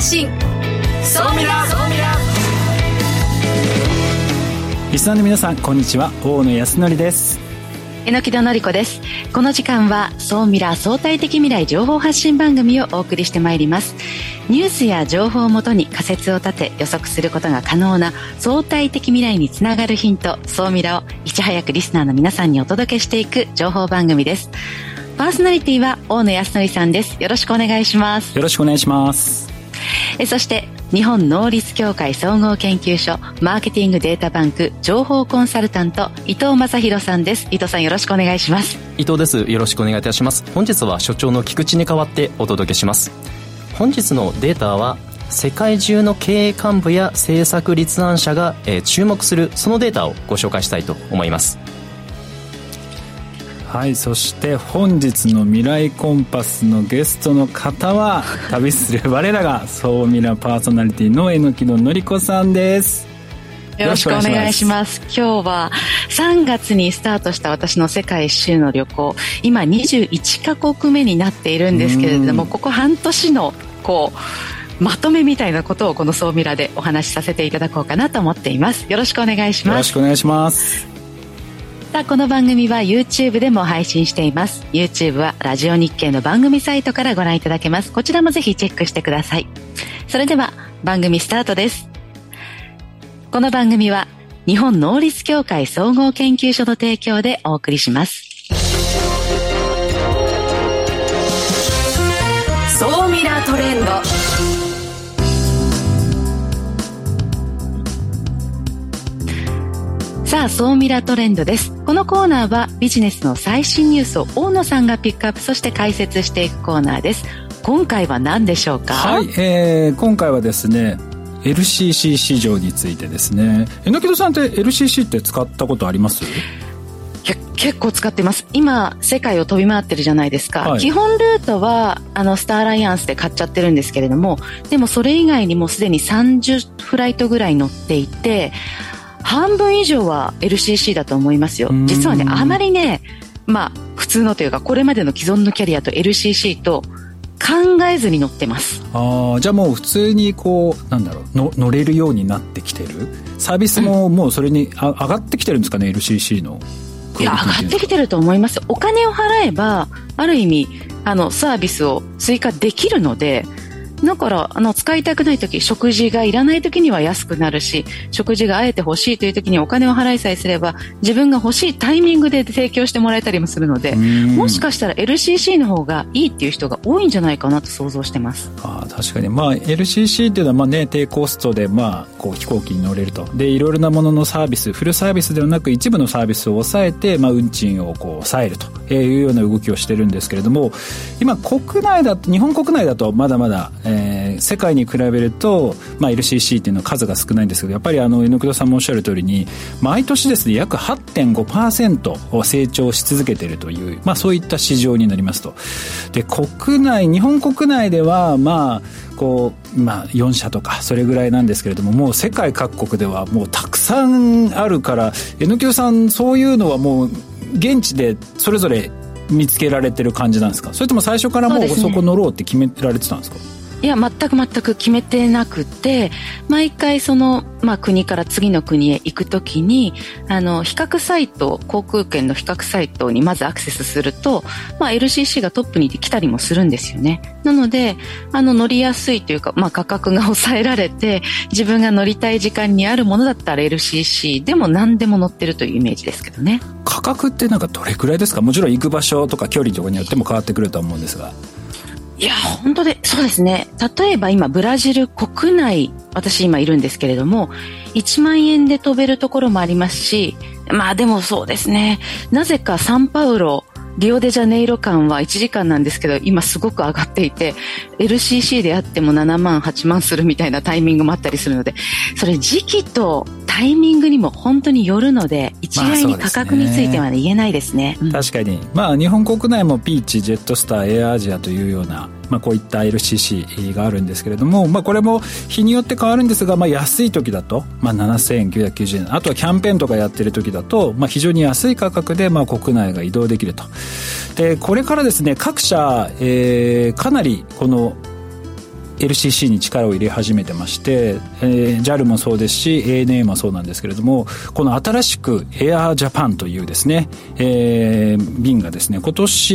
発信総ミラ。 リスナーの皆さんこんにちは、大野康則です。 榎戸紀子です。この時間は総ミラ相対的未来情報発信番組をお送りしてまいります。ニュースや情報をもとに仮説を立て予測することが可能な相対的未来につながるヒント、総ミラをいち早くリスナーの皆さんにお届けしていく情報番組です。パーソナリティは大野康則さんです。よろしくお願いします。 よろしくお願いします。 そして日本能率協会総合研究所マーケティングデータバンク情報コンサルタント伊藤正弘さんです。伊藤さん、よろしくお願いします。 伊藤です。よろしくお願いいたします。本日は所長の菊池に代わってお届けします。本日のデータは世界中の経営幹部や政策立案者が、注目するそのデータをご紹介したいと思います。 はい、そして本日の未来コンパスのゲストの方は旅する我らが総ミラパーソナリティの榎戸紀子さんです。 よろしくお願いします。今日は3月にスタートした私の世界一周の旅行、今21カ国目になっているんですけれども、ここ半年のまとめみたいなことをこの総ミラでお話しさせていただこうかなと思っています。よろしくお願いします。 よろしくお願いします。 さあ、この番組は YouTube でも配信しています。 YouTube はラジオ日経の番組サイトからご覧いただけます。こちらもぜひチェックしてください。それでは番組スタートです。この番組は日本能率協会総合研究所の提供でお送りします。 総ミラトレンド。 さあ、総ミラトレンドです。このコーナーはビジネスの最新ニュースを大野さんがピックアップ、そして解説していくコーナーです。今回は何でしょうか？ はい、今回はですね LCC 市場についてですね。榎戸さんって LCC って使ったことあります？ 結構使ってます。今世界を飛び回ってるじゃないですか、はい、基本ルートはスターアライアンスで買っちゃってるんですけれども、でもそれ以外にもすでに30フライトぐらい乗っていて、半分以上は LCC だと思いますよ。実はね、あまりね、普通のというかこれまでの既存のキャリアと LCC と考えずに乗ってます。 じゃあもう普通に乗れるようになってきてる、サービスももうそれに上がってきてるんですかね、LCC の。 いや、上がってきてると思います。お金を払えばある意味サービスを追加できるので、だから使いたくないとき、食事がいらないときには安くなるし、食事があえて欲しいというときにお金を払いさえすれば自分が欲しいタイミングで提供してもらえたりもするので、もしかしたら LCC の方がいいっていう人が多いんじゃないかなと想像してます。 確かに、LCC っていうのは低コストで飛行機に乗れると。で、いろいろなもののサービス、フルサービスではなく一部のサービスを抑えて、運賃を抑えるというような動きをしてるんですけれども、今日本国内だとまだまだ世界に比べると、LCC っていうのは数が少ないんですけど、やっぱり榎戸さんもおっしゃる通りに毎年ですね約 8.5% 成長し続けているという、そういった市場になりますと。で、日本国内では4社とかそれぐらいなんですけれども、もう世界各国ではもうたくさんあるから、榎戸さんそういうのはもう現地でそれぞれ見つけられてる感じなんですか？それとも最初からもうそこ乗ろうって決められてたんですか？ いや、全く決めてなくて、毎回国から次の国へ行くときに比較サイト、航空券の比較サイトにまずアクセスすると、LCC がトップに来たりもするんですよね。なので乗りやすいというか、価格が抑えられて自分が乗りたい時間にあるものだったら LCC でも何でも乗ってるというイメージですけどね。 価格ってどれくらいですか？もちろん行く場所とか距離とかによっても変わってくると思うんですが。 いや、本当でそうですね。例えば今ブラジル国内、私今いるんですけれども、1万円で飛べるところもありますし、でもそうですね、なぜかサンパウロ、リオデジャネイロ間は1時間なんですけど、今すごく上がっていて LCC であっても7万8万するみたいなタイミングもあったりするので、それ時期とタイミングにも本当によるので、一概に価格については言えないですね。 確かに、日本国内もピーチ、ジェットスター、エアアジアというような、こういった LCC があるんですけれども、これも日によって変わるんですが、安い時だと、7990円、あとはキャンペーンとかやってる時だと、非常に安い価格で、国内が移動できると。で、これからですね、各社、かなりこの LCC に力を入れ始めてまして、JAL もそうですし ANA もそうなんですけれども、この新しくエアージャパンというですね、便がですね今年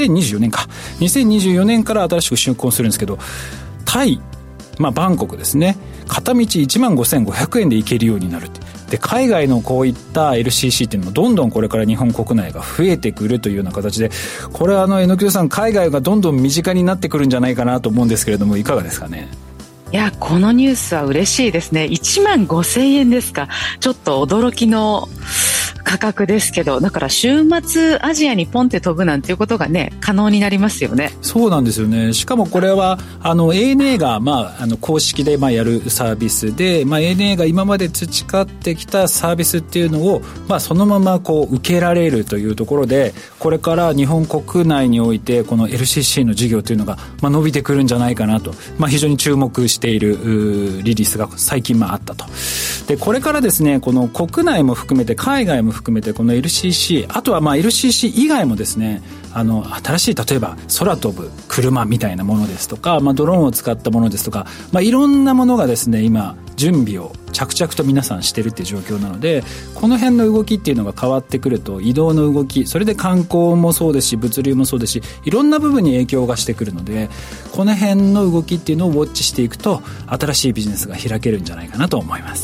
2024年から新しく就航するんですけど、タイ、バンコクですね、片道15,500円で行けるようになるって。で、海外のこういった LCC っていうのもどんどんこれから日本国内が増えてくるというような形で、これは榎戸さん、海外がどんどん身近になってくるんじゃないかなと思うんですけれども、いかがですかね。 いや、このニュースは嬉しいですね。15,000円ですか。ちょっと驚きの価格ですけど、だから週末アジアにポンって飛ぶなんていうことがね、可能になりますよね。 そうなんですよね。しかもこれはANA が、公式でやるサービスで、ANA が今まで培ってきたサービスっていうのを、そのまま受けられるというところで、これから日本国内においてこの LCC の事業というのが、伸びてくるんじゃないかなと、非常に注目しているリリースが最近あったと。で、これからですね、この国内も含めて海外も含めてこの LCC、 あとはLCC 以外もですね、新しい例えば空飛ぶ車みたいなものですとか、ドローンを使ったものですとか、いろんなものがですね今準備を着々と皆さんしてるっていう状況なので、この辺の動きっていうのが変わってくると、移動の動き、それで観光もそうですし物流もそうですし、いろんな部分に影響がしてくるので、この辺の動きっていうのをウォッチしていくと、新しいビジネスが開けるんじゃないかなと思います。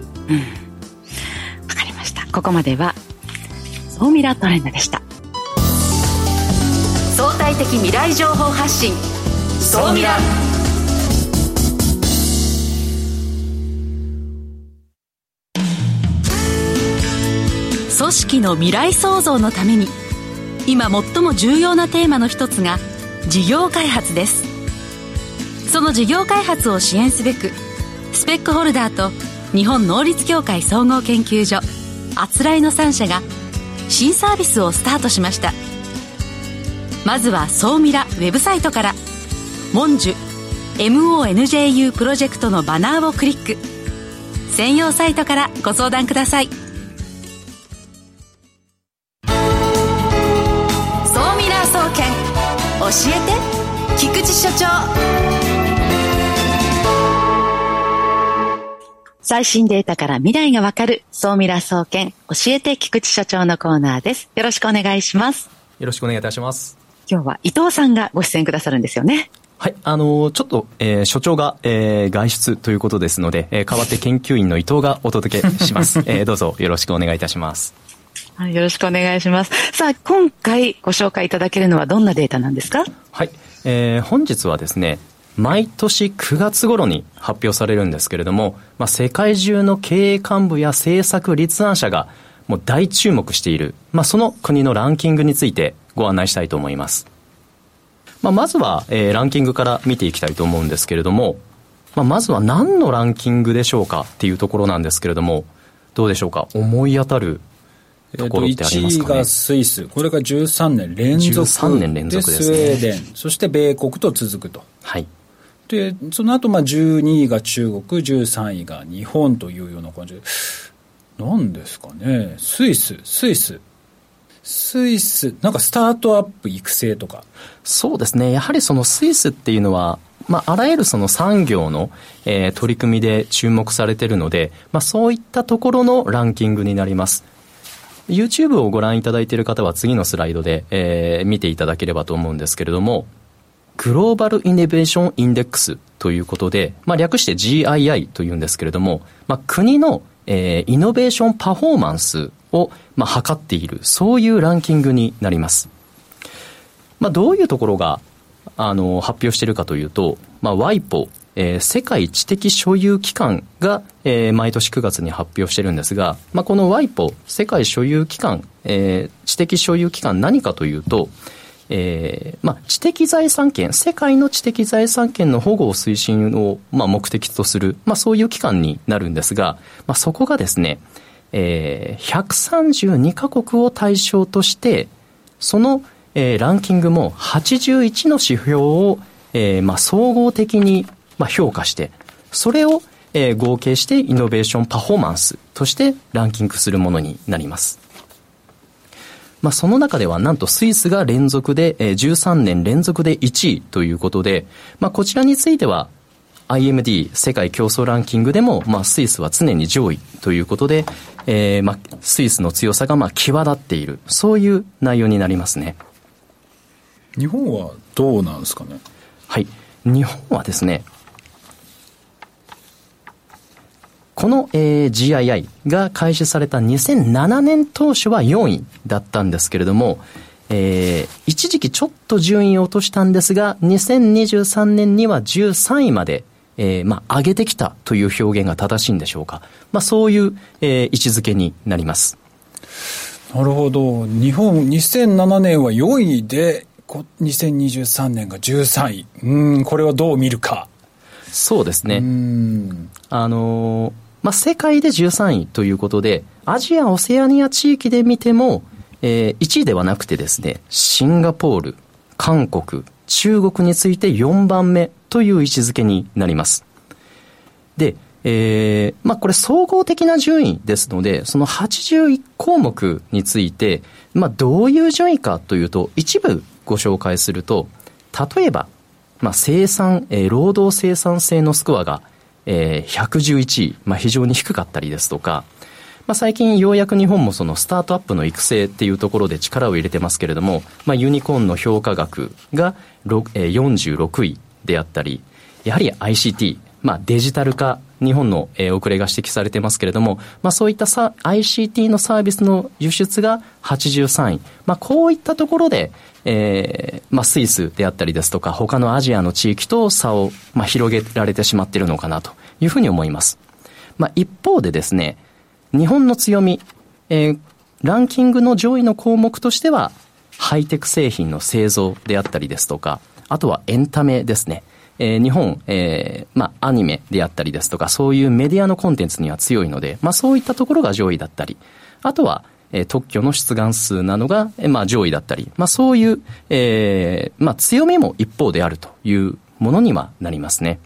わかりました。ここまでは総ミラートレンドでした。 相対的未来情報発信、総ミラ。 組織の未来創造のために今最も重要なテーマの一つが事業開発です。その事業開発を支援すべく、スペックホルダーと日本能率協会総合研究所、あつらいの3社が新サービスをスタートしました。まずは総ミラウェブサイトからモンジュ MONJU プロジェクトのバナーをクリック。専用サイトからご相談ください。 総ミラー総研、教えて菊池所長。 最新データから未来がわかる総ミラー総研、教えて菊池所長のコーナーです。よろしくお願いします。 よろしくお願いいたします。 今日は伊藤さんがご出演くださるんですよね。 はい、ちょっと、所長が、外出ということですので、代わって研究員の伊藤がお届けします。どうぞよろしくお願いいたします。 はい、よろしくお願いします。さあ、今回ご紹介いただけるのはどんなデータなんですか？ はい、本日はですね、毎年9月頃に発表されるんですけれども、世界中の経営幹部や政策立案者がもう大注目している、その国のランキングについてご案内したいと思います。まずは、ランキングから見ていきたいと思うんですけれども、まずは何のランキングでしょうかっていうところなんですけれども、どうでしょうか、思い当たるところってありますかね。 1位がスイス、これが13年連続 13年連続ですね。 でスウェーデン、そして米国と続くと。 はい。 でその後12位が中国、13位が日本というような感じで、なんですかね、スイスなんかスタートアップ育成とか。 そうですね、やはりそのスイスっていうのは、あらゆるその産業の、取り組みで注目されているので、そういったところのランキングになります。YouTube をご覧いただいている方は次のスライドで、見ていただければと思うんですけれども、グローバルイノベーションインデックスということで、略して GII というんですけれども、国の、イノベーションパフォーマンスを、測っている、そういうランキングになります。どういうところが発表しているかというと、WIPO、世界知的所有機関が、毎年9月に発表しているんですが、この WIPO 世界所有機関、知的所有機関何かというと、知的財産権、世界の知的財産権の保護を推進を、目的とする、そういう機関になるんですが、そこがですね、132カ国を対象として、その、ランキングも81の指標を、総合的に、評価して、それを、合計してイノベーションパフォーマンスとしてランキングするものになります。 その中ではなんとスイスが連続で、13年連続で1位ということで、こちらについては IMD 世界競争ランキングでも、スイスは常に上位ということで、スイスの強さが際立っている、そういう内容になりますね。 日本はどうなんですかね。 はい、日本はですね、この、GII が開始された2007年当初は4位だったんですけれども、一時期ちょっと順位を落としたんですが、2023年には13位まで、上げてきたという表現が正しいんでしょうか。そういう、位置づけになります。 なるほど。日本2007年は4位で2023年が13位。これはどう見るか。そうですね。 世界で13位ということで、アジア・オセアニア地域で見ても、1位ではなくてですね、シンガポール、韓国、中国について4番目という位置づけになります。で、これ総合的な順位ですので、その81項目について、どういう順位かというと、一部ご紹介すると、例えば、労働生産性のスコアが111位、非常に低かったりですとか、最近ようやく日本もそのスタートアップの育成っていうところで力を入れてますけれども、ユニコーンの評価額が46位であったり、やはり ICT、デジタル化、日本の遅れが指摘されてますけれども、そういったICT のサービスの輸出が83位、こういったところで、スイスであったりですとか他のアジアの地域と差を、広げられてしまっているのかなというふうに思います。一方でですね、日本の強み、ランキングの上位の項目としてはハイテク製品の製造であったりですとか、あとはエンタメですね。日本、アニメであったりですとか、そういうメディアのコンテンツには強いので、そういったところが上位だったり、あとは特許の出願数などが、上位だったり、そういう、強みも一方であるというものにはなりますね。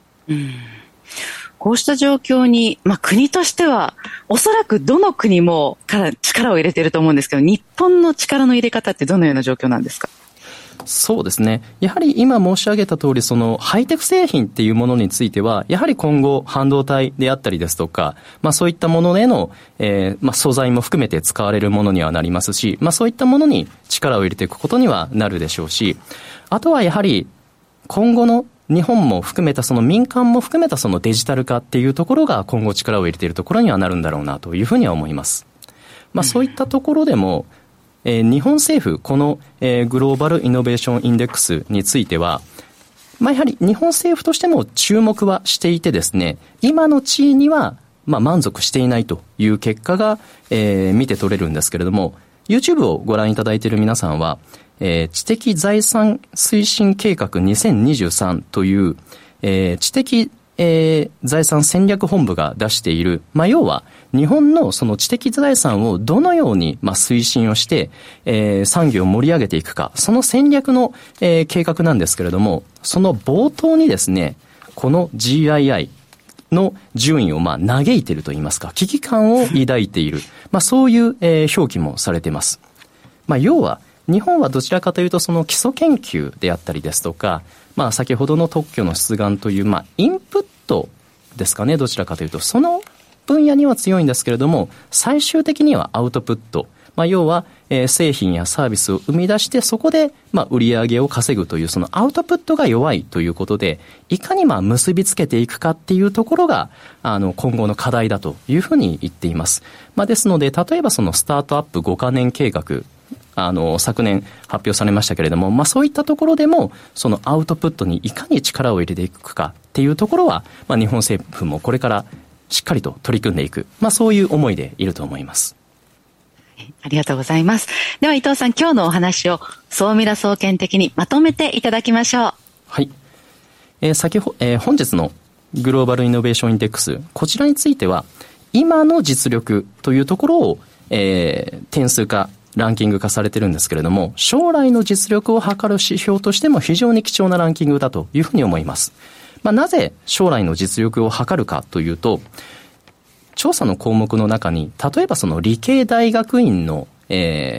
こうした状況に、国としてはおそらくどの国も力を入れていると思うんですけど、日本の力の入れ方ってどのような状況なんですか？ そうですね。やはり今申し上げた通り、そのハイテク製品っていうものについては、やはり今後半導体であったりですとか、そういったものへの、素材も含めて使われるものにはなりますし、そういったものに力を入れていくことにはなるでしょうし、あとはやはり今後の日本も含めたその民間も含めたそのデジタル化っていうところが今後力を入れているところにはなるんだろうなというふうには思います。そういったところでも、日本政府、この、グローバルイノベーションインデックスについては、やはり日本政府としても注目はしていてですね、今の地位には、満足していないという結果が、見て取れるんですけれども、YouTube をご覧いただいている皆さんは、知的財産推進計画2023という、知的財産戦略本部が出している、要は日本のその知的財産をどのように推進をして、産業を盛り上げていくか、その戦略の、計画なんですけれども、その冒頭にですね、この GII の順位を嘆いているといいますか、危機感を抱いている、そういう、表記もされています。要は日本はどちらかというとその基礎研究であったりですとか、先ほどの特許の出願という、インプットですかね、どちらかというとその分野には強いんですけれども、最終的にはアウトプット、要は、製品やサービスを生み出してそこで、売り上げを稼ぐというそのアウトプットが弱いということで、いかに結びつけていくかっていうところが今後の課題だというふうに言っています。ですので、例えばそのスタートアップ5カ年計画、昨年発表されましたけれども、そういったところでもそのアウトプットにいかに力を入れていくかっていうところは、日本政府もこれからしっかりと取り組んでいく、そういう思いでいると思います。 ありがとうございます。では伊藤さん、今日のお話を総ミラ総研的にまとめていただきましょう。 はい。本日のグローバルイノベーションインデックス、こちらについては今の実力というところを、点数化ランキング化されてるんですけれども、将来の実力を測る指標としても非常に貴重なランキングだというふうに思います。なぜ将来の実力を測るかというと、調査の項目の中に例えばその理系大学院の、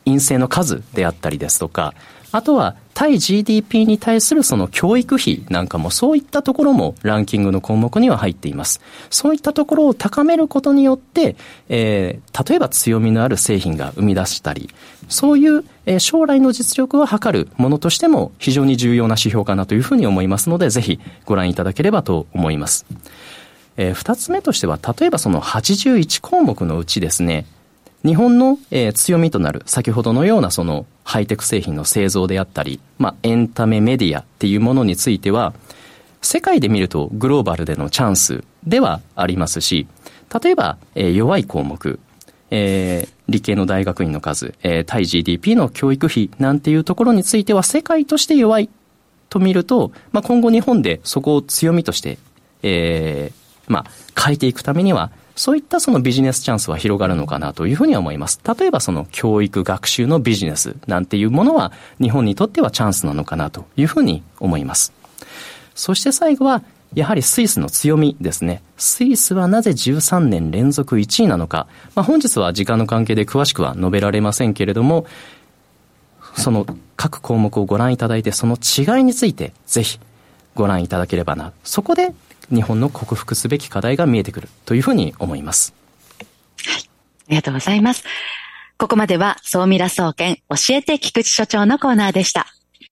陰性の数であったりですとか、あとは対 GDP に対するその教育費なんかも、そういったところもランキングの項目には入っています。そういったところを高めることによって、例えば強みのある製品が生み出したり、そういう、将来の実力を測るものとしても非常に重要な指標かなというふうに思いますので、ぜひご覧いただければと思います。二つ目としては、例えばその81項目のうちですね、日本の、強みとなる先ほどのようなそのハイテク製品の製造であったり、エンタメメディアっていうものについては、世界で見るとグローバルでのチャンスではありますし、例えば、弱い項目、理系の大学院の数、対 GDP の教育費なんていうところについては世界として弱いと見ると、今後日本でそこを強みとして、変えていくためには、そういったそのビジネスチャンスは広がるのかなというふうには思います。例えばその教育学習のビジネスなんていうものは日本にとってはチャンスなのかなというふうに思います。そして最後はやはりスイスの強みですね。スイスはなぜ13年連続1位なのか。本日は時間の関係で詳しくは述べられませんけれども、その各項目をご覧いただいて、その違いについてぜひご覧いただければな。そこで日本の克服すべき課題が見えてくるというふうに思います。 はい。ありがとうございます。ここまでは総ミラ総研教えて菊池所長のコーナーでした。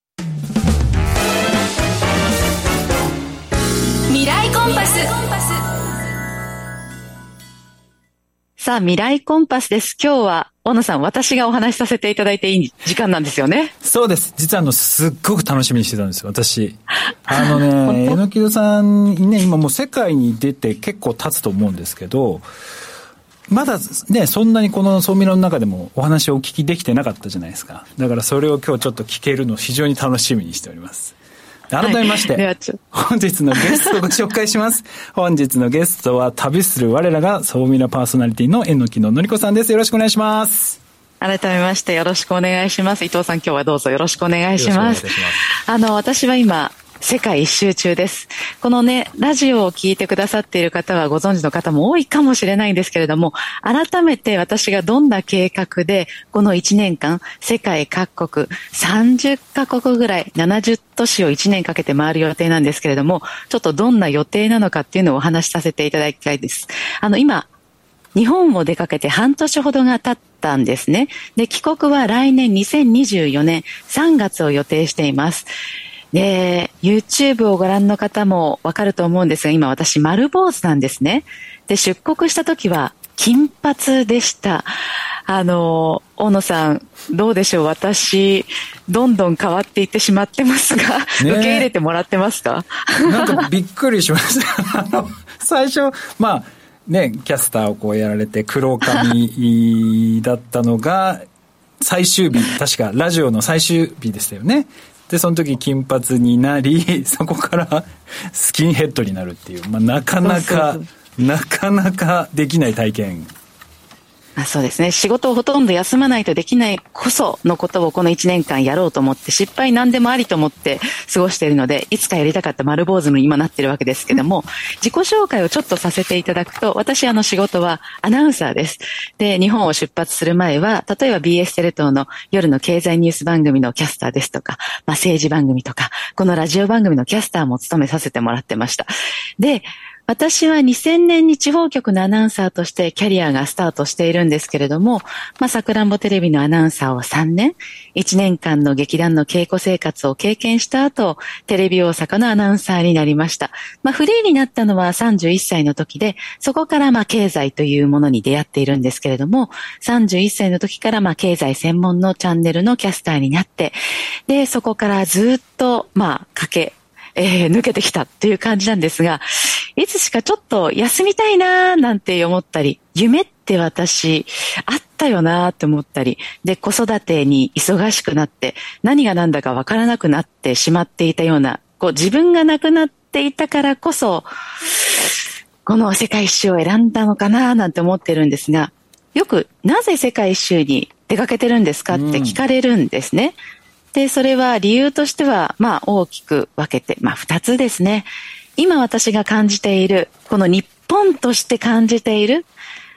未来コンパス。 さあ、未来コンパスです。今日は大野さん、私がお話しさせていただいていい時間なんですよね。 そうです。実はすっごく楽しみにしてたんですよ、私。榎戸さんね、今もう世界に出て結構経つと思うんですけど、まだね、そんなにこの総ミラの中でもお話をお聞きできてなかったじゃないですか。だからそれを今日ちょっと聞けるのを非常に楽しみにしております。改めまして、本日のゲストをご紹介します。本日のゲストは旅する我らが総ミラパーソナリティの榎戸の子さんです。よろしくお願いします。 改めましてよろしくお願いします。伊藤さん、今日はどうぞよろしくお願いします。私は今世界一周中です。このね、ラジオを聞いてくださっている方はご存知の方も多いかもしれないんですけれども、改めて私がどんな計画でこの1年間世界各国30カ国ぐらい70都市を1年かけて回る予定なんですけれども、ちょっとどんな予定なのかっていうのをお話しさせていただきたいです。今日本を出かけて半年ほどが経ったんですね。で、帰国は来年2024年3月を予定しています。で、YouTube をご覧の方もわかると思うんですが、今私丸坊主なんですね。で、出国した時は金髪でした。大野さん、どうでしょう？私、どんどん変わっていってしまってますが、受け入れてもらってますか？ なんかびっくりしました。最初、キャスターをこうやられて黒髪だったのが、最終日、確かラジオの最終日でしたよね。で、その時金髪になり、そこからスキンヘッドになるっていう、なかなかできない体験。 そうですね。仕事をほとんど休まないとできないこそのことをこの1年間やろうと思って、失敗何でもありと思って過ごしているので、いつかやりたかった丸坊主に今なってるわけですけども、自己紹介をちょっとさせていただくと、私仕事はアナウンサーです。で、日本を出発する前は、例えば BS テレ東の夜の経済ニュース番組のキャスターですとか、政治番組とか、このラジオ番組のキャスターも務めさせてもらってました。で、私は2000年に地方局のアナウンサーとしてキャリアがスタートしているんですけれども、さくらんぼテレビのアナウンサーを3年、1年間の劇団の稽古生活を経験した後、テレビ大阪のアナウンサーになりました。フリーになったのは31歳の時で、そこから経済というものに出会っているんですけれども、31歳の時から経済専門のチャンネルのキャスターになって、で、そこからずっと抜けてきたっていう感じなんですが、いつしかちょっと休みたいなーなんて思ったり、夢って私あったよなーって思ったり、で、子育てに忙しくなって何が何だかわからなくなってしまっていたような、自分がなくなっていたからこそ、この世界一周を選んだのかなーなんて思ってるんですが、よくなぜ世界一周に出かけてるんですかって聞かれるんですね。で、それは理由としては、大きく分けて、2つですね。今私が感じている、この日本として感じている、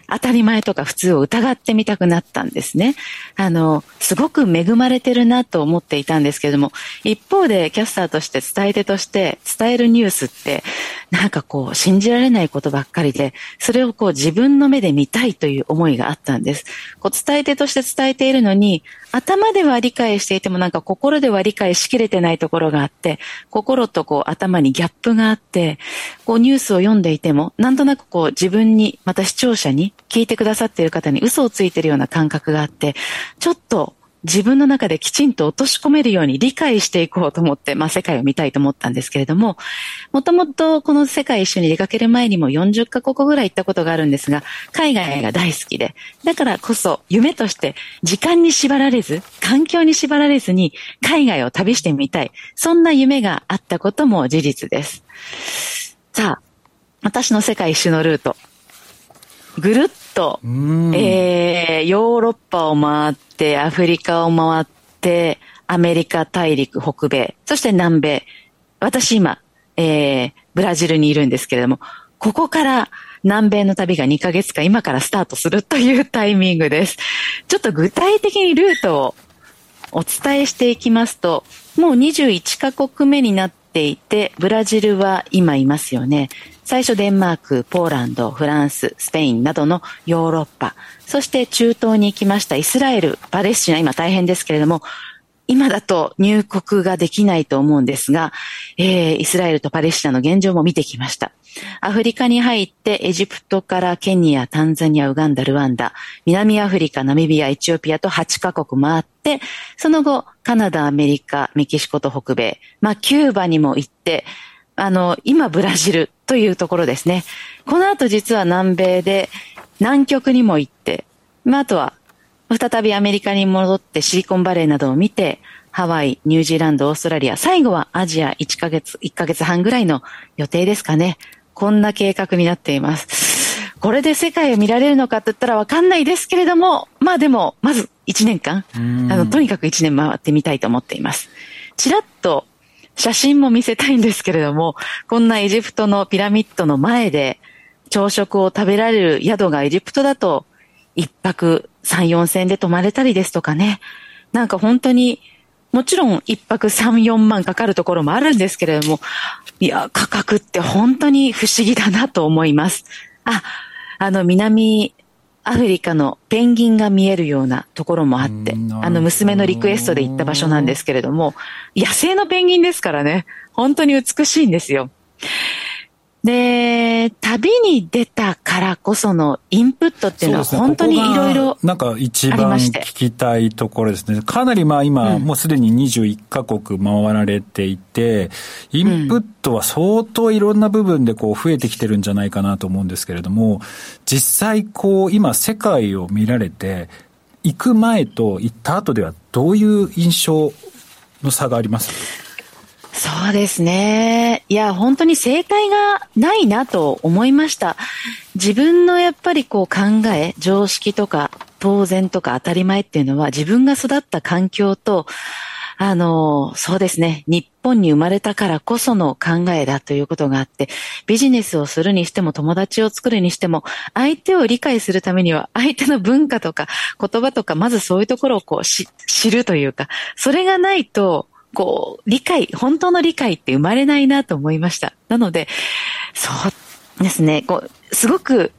当たり前とか普通を疑ってみたくなったんですね。すごく恵まれてるなと思っていたんですけれども、一方でキャスターとして伝え手として伝えるニュースってなんかこう信じられないことばっかりで、それをこう自分の目で見たいという思いがあったんです。こう伝え手として伝えているのに、頭では理解していてもなんか心では理解しきれてないところがあって、心とこう頭にギャップがあって、こうニュースを読んでいてもなんとなくこう自分にまた視聴者に聞いてくださっている方に嘘をついているような感覚があって、ちょっと自分の中できちんと落とし込めるように理解していこうと思って、世界を見たいと思ったんですけれども、もともとこの世界一緒に出かける前にも40カ国ぐらい行ったことがあるんですが、海外が大好きで、だからこそ夢として時間に縛られず、環境に縛られずに海外を旅してみたい。そんな夢があったことも事実です。さあ、私の世界一周のルート。ぐるっと、ヨーロッパを回って、アフリカを回って、アメリカ大陸北米、そして南米。私今、ブラジルにいるんですけれども、ここから南米の旅が2ヶ月間今からスタートするというタイミングです。ちょっと具体的にルートをお伝えしていきますと、もう21カ国目になっていて、ブラジルは今いますよね。最初デンマーク、ポーランド、フランス、スペインなどのヨーロッパ、そして中東に行きましたイスラエル、パレスチナ、今大変ですけれども、今だと入国ができないと思うんですが、イスラエルとパレスチナの現状も見てきました。アフリカに入ってエジプトからケニア、タンザニア、ウガンダ、ルワンダ、南アフリカ、ナミビア、エチオピアと8カ国回って、その後カナダ、アメリカ、メキシコと北米、キューバにも行って、今ブラジルというところですね。この後実は南米で南極にも行って、あとは再びアメリカに戻ってシリコンバレーなどを見て、ハワイ、ニュージーランド、オーストラリア、最後はアジア1ヶ月半ぐらいの予定ですかね。こんな計画になっています。これで世界を見られるのかって言ったらわかんないですけれども、でも、まず1年間、とにかく1年回ってみたいと思っています。ちらっと写真も見せたいんですけれども、こんなエジプトのピラミッドの前で朝食を食べられる宿がエジプトだと1泊3、4千円で泊まれたりですとかね。なんか本当に、もちろん1泊3、4万かかるところもあるんですけれども、いや、価格って本当に不思議だなと思います。南アフリカのペンギンが見えるようなところもあって、娘のリクエストで行った場所なんですけれども、野生のペンギンですからね、本当に美しいんですよ。で、旅に出たからこそのインプットっていうのは本当にいろいろなんか一番聞きたいところですね。かなり今、もうすでに21カ国回られていて、インプットは相当いろんな部分で増えてきてるんじゃないかなと思うんですけれども、実際今世界を見られて、行く前と行った後ではどういう印象の差がありますか？ そうですね。いや、本当に正解がないなと思いました。自分のやっぱり考え、常識とか当然とか当たり前っていうのは自分が育った環境と、そうですね、日本に生まれたからこその考えだということがあって、ビジネスをするにしても友達を作るにしても、相手を理解するためには相手の文化とか言葉とか、まずそういうところを知るというか、それがないと、本当の理解って生まれないなと思いました。なので、そうですね、すごく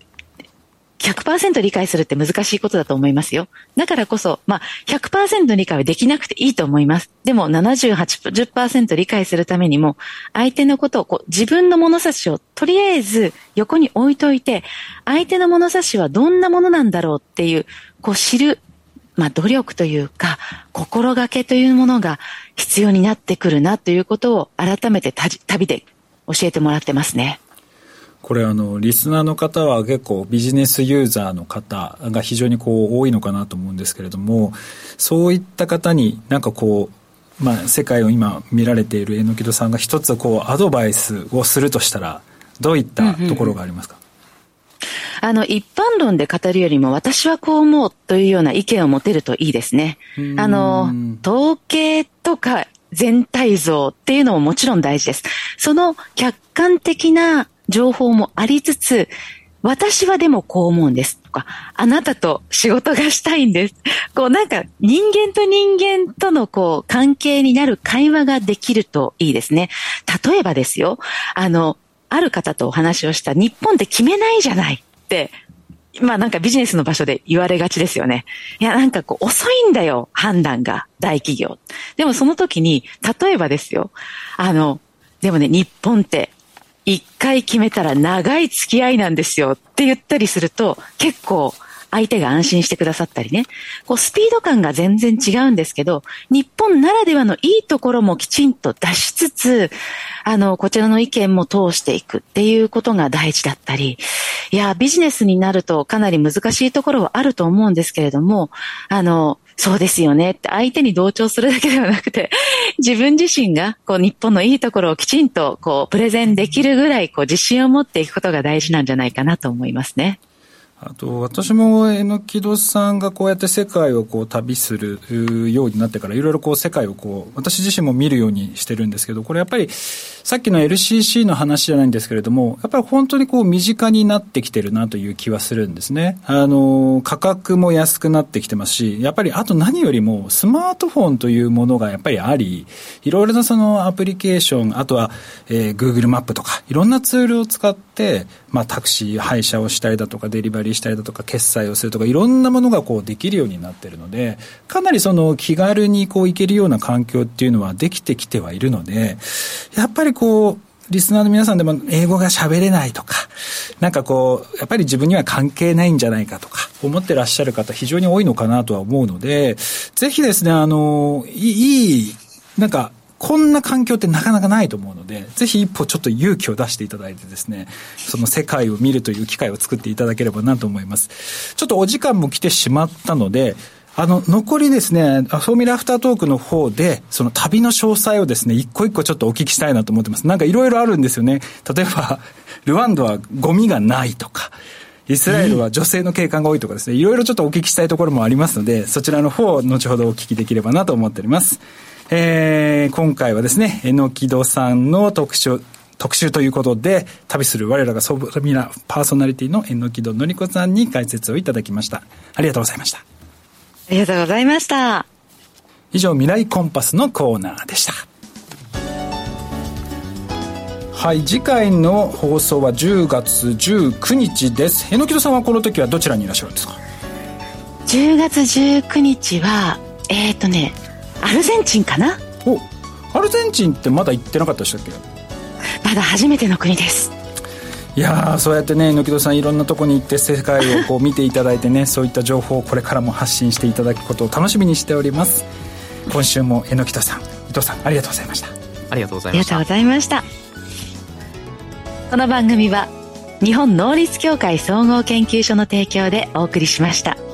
100% 理解するって難しいことだと思いますよ。だからこそ、100% 理解はできなくていいと思います。でも70、80% 理解するためにも、相手のことを自分の物差しをとりあえず横に置いといて、相手の物差しはどんなものなんだろうっていう、知る、努力というか、心がけというものが必要になってくるなということを改めて旅で教えてもらってますね。 これリスナーの方は結構ビジネスユーザーの方が非常に多いのかなと思うんですけれども、そういった方に世界を今見られている榎戸さんが一つアドバイスをするとしたら、どういったところがありますか？ 一般論で語るよりも私はこう思うというような意見を持てるといいですね。統計とか全体像っていうのももちろん大事です。その客観的な情報もありつつ、私はでもこう思うんですとか、あなたと仕事がしたいんです。こうなんか人間と人間とのこう関係になる会話ができるといいですね。例えばですよ、ある方とお話をした、日本って決めないじゃないって、まあなんかビジネスの場所で言われがちですよね。いやなんかこう遅いんだよ、判断が、大企業。でもその時に、例えばですよ、でもね、日本って一回決めたら長い付き合いなんですよって言ったりすると、結構相手が安心してくださったりね。こうスピード感が全然違うんですけど、日本ならではのいいところもきちんと出しつつ、こちらの意見も通していくっていうことが大事だったり、いや、ビジネスになるとかなり難しいところはあると思うんですけれども、そうですよねって相手に同調するだけではなくて、自分自身がこう日本のいいところをきちんとこうプレゼンできるぐらいこう自信を持っていくことが大事なんじゃないかなと思いますね。 あと、私も榎戸さんがこうやって世界をこう旅するようになってから、いろいろこう世界をこう、私自身も見るようにしてるんですけど、これやっぱり、さっきの LCC の話じゃないんですけれども、やっぱり本当にこう身近になってきてるなという気はするんですね。価格も安くなってきてますし、やっぱりあと何よりもスマートフォンというものがやっぱりあり、いろいろなそのアプリケーション、あとは、Google マップとか、いろんなツールを使って、まあタクシー配車をしたりだとか、デリバリーしたりだとか、決済をするとか、いろんなものがこうできるようになっているので、かなりその気軽にこう行けるような環境っていうのはできてきてはいるので、やっぱりこうリスナーの皆さんでも英語が喋れないとか、なんかこうやっぱり自分には関係ないんじゃないかとか思ってらっしゃる方非常に多いのかなとは思うので、ぜひですね、なんかこんな環境ってなかなかないと思うので、ぜひ一歩ちょっと勇気を出していただいてですね、その世界を見るという機会を作っていただければなと思います。ちょっとお時間も来てしまったので、残りですね、フォーミュラアフタートークの方で、その旅の詳細をですね、一個一個ちょっとお聞きしたいなと思ってます。なんかいろいろあるんですよね。例えば、ルワンダはゴミがないとか、イスラエルは女性の警官が多いとかですね、いろいろちょっとお聞きしたいところもありますので、そちらの方を後ほどお聞きできればなと思っております。今回はですね、榎戸さんの特集ということで、旅する我らがソーミラパーソナリティの榎戸典子さんに解説をいただきました。ありがとうございました。 ありがとうございました。 以上、未来コンパスのコーナーでした。はい、次回の放送は10月19日です。榎戸さんはこの時はどちらにいらっしゃるんですか ？10月19日はアルゼンチンかな。 アルゼンチンってまだ行ってなかったでしたっけ？ まだ初めての国です。 いやー、そうやってね、榎戸さんいろんなとこに行って世界をこう見ていただいてねそういった情報をこれからも発信していただくことを楽しみにしております。今週も榎戸さん、伊藤さん、ありがとうございました。 ありがとうございました。 ありがとうございました。この番組は日本能率協会総合研究所の提供でお送りしました。